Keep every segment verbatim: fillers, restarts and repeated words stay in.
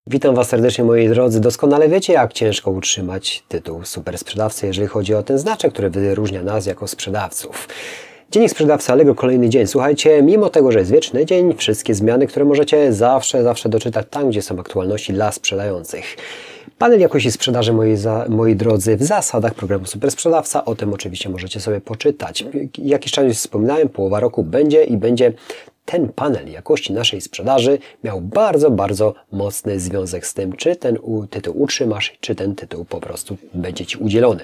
Witam Was serdecznie, moi drodzy. Doskonale wiecie, jak ciężko utrzymać tytuł super sprzedawcy, jeżeli chodzi o ten znaczek, który wyróżnia nas jako sprzedawców. Dziennik Sprzedawcy Allegro, kolejny dzień. Słuchajcie, mimo tego, że jest wieczny dzień, wszystkie zmiany, które możecie zawsze, zawsze doczytać tam, gdzie są aktualności dla sprzedających. Panel jakości sprzedaży, moi, za, moi drodzy, w zasadach programu Super Sprzedawca. O tym oczywiście możecie sobie poczytać. Jakiś czas już wspominałem, połowa roku będzie i będzie ten panel jakości naszej sprzedaży miał bardzo, bardzo mocny związek z tym, czy ten tytuł utrzymasz, czy ten tytuł po prostu będzie Ci udzielony.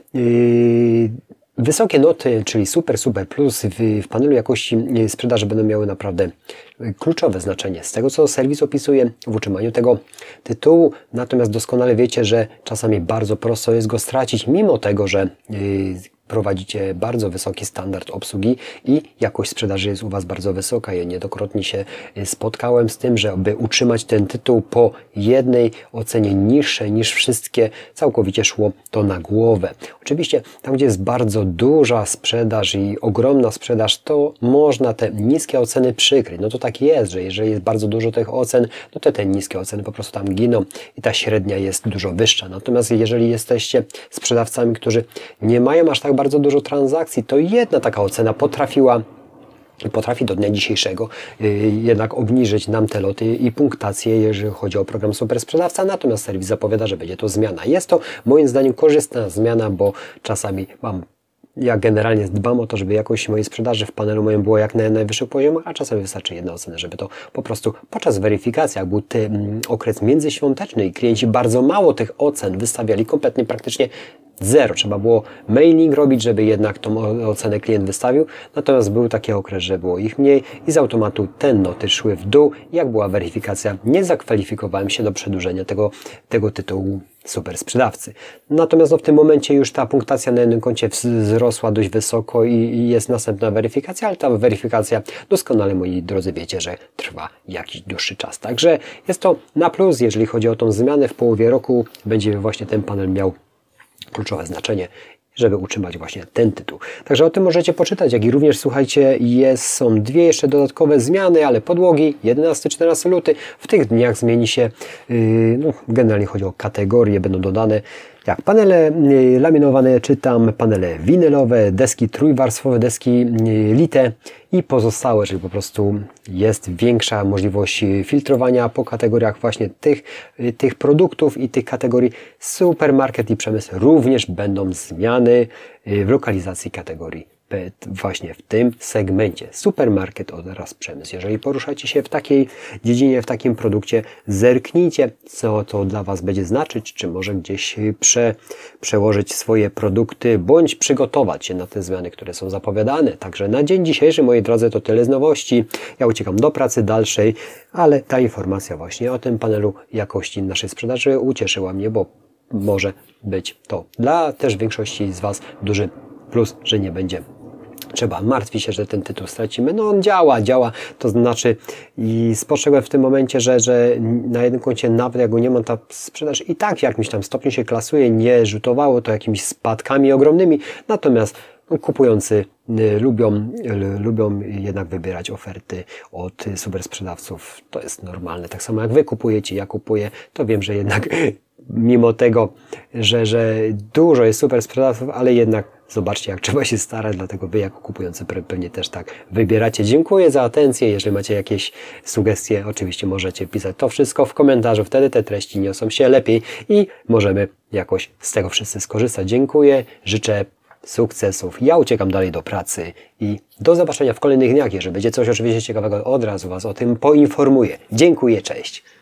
Yy... Wysokie noty, czyli super, super plus w, w panelu jakości sprzedaży będą miały naprawdę kluczowe znaczenie z tego, co serwis opisuje w utrzymaniu tego tytułu. Natomiast doskonale wiecie, że czasami bardzo prosto jest go stracić, mimo tego, że yy, prowadzicie bardzo wysoki standard obsługi i jakość sprzedaży jest u Was bardzo wysoka. Ja niejednokrotnie się spotkałem z tym, że aby utrzymać ten tytuł po jednej ocenie niższej niż wszystkie, całkowicie szło to na głowę. Oczywiście tam, gdzie jest bardzo duża sprzedaż i ogromna sprzedaż, to można te niskie oceny przykryć. No to tak jest, że jeżeli jest bardzo dużo tych ocen, no to te niskie oceny po prostu tam giną i ta średnia jest dużo wyższa. Natomiast jeżeli jesteście sprzedawcami, którzy nie mają aż tak bardzo dużo transakcji, to jedna taka ocena potrafiła potrafi do dnia dzisiejszego yy, jednak obniżyć nam te loty i punktację, jeżeli chodzi o program Super Sprzedawca, natomiast serwis zapowiada, że będzie to zmiana. Jest to moim zdaniem korzystna zmiana, bo czasami mam ja generalnie dbam o to, żeby jakość mojej sprzedaży w panelu moim było jak na najwyższym poziomie, a czasami wystarczy jedna ocena, żeby to po prostu podczas weryfikacji, jak był ten okres międzyświąteczny i klienci bardzo mało tych ocen wystawiali, kompletnie praktycznie zero. Trzeba było mailing robić, żeby jednak tą ocenę klient wystawił. Natomiast był taki okres, że było ich mniej i z automatu te noty szły w dół. Jak była weryfikacja, nie zakwalifikowałem się do przedłużenia tego, tego tytułu super sprzedawcy. Natomiast no, w tym momencie już ta punktacja na jednym koncie wzrosła dość wysoko i, i jest następna weryfikacja, ale ta weryfikacja doskonale, moi drodzy, wiecie, że trwa jakiś dłuższy czas. Także jest to na plus, jeżeli chodzi o tą zmianę. W połowie roku będzie właśnie ten panel miał kluczowe znaczenie, żeby utrzymać właśnie ten tytuł. Także o tym możecie poczytać, jak i również, słuchajcie, jest, są dwie jeszcze dodatkowe zmiany, ale podłogi, jedenasty czternasty luty, w tych dniach zmieni się, yy, no, generalnie chodzi o kategorie, będą dodane jak panele yy, laminowane, czy tam panele winylowe, deski trójwarstwowe, deski yy, lite i pozostałe, czyli po prostu jest większa możliwość filtrowania po kategoriach właśnie tych, yy, tych produktów i tych kategorii. Supermarket i przemysł również będą zmiany yy, w lokalizacji kategorii właśnie w tym segmencie. Supermarket oraz przemysł. Jeżeli poruszacie się w takiej dziedzinie, w takim produkcie, zerknijcie, co to dla Was będzie znaczyć, czy może gdzieś prze, przełożyć swoje produkty, bądź przygotować się na te zmiany, które są zapowiadane. Także na dzień dzisiejszy, moi drodzy, to tyle z nowości. Ja uciekam do pracy dalszej, ale ta informacja właśnie o tym panelu jakości naszej sprzedaży ucieszyła mnie, bo może być to dla też większości z Was duży plus, że nie będzie trzeba martwić się, że ten tytuł stracimy. No on działa, działa. To znaczy i spostrzegłem w tym momencie, że, że na jednym koncie nawet jak go nie ma, ta sprzedaż i tak w jakimś tam stopniu się klasuje, nie rzutowało to jakimiś spadkami ogromnymi. Natomiast no, kupujący y, lubią, y, lubią jednak wybierać oferty od y, super sprzedawców. To jest normalne. Tak samo jak Wy kupujecie, ja kupuję, to wiem, że jednak mimo tego, że, że dużo jest super sprzedawców, ale jednak zobaczcie, jak trzeba się starać, dlatego Wy jako kupujący pewnie też tak wybieracie. Dziękuję za atencję. Jeżeli macie jakieś sugestie, oczywiście możecie pisać to wszystko w komentarzu. Wtedy te treści niosą się lepiej i możemy jakoś z tego wszyscy skorzystać. Dziękuję. Życzę sukcesów. Ja uciekam dalej do pracy i do zobaczenia w kolejnych dniach. Jeżeli będzie coś oczywiście ciekawego, od razu Was o tym poinformuję. Dziękuję. Cześć.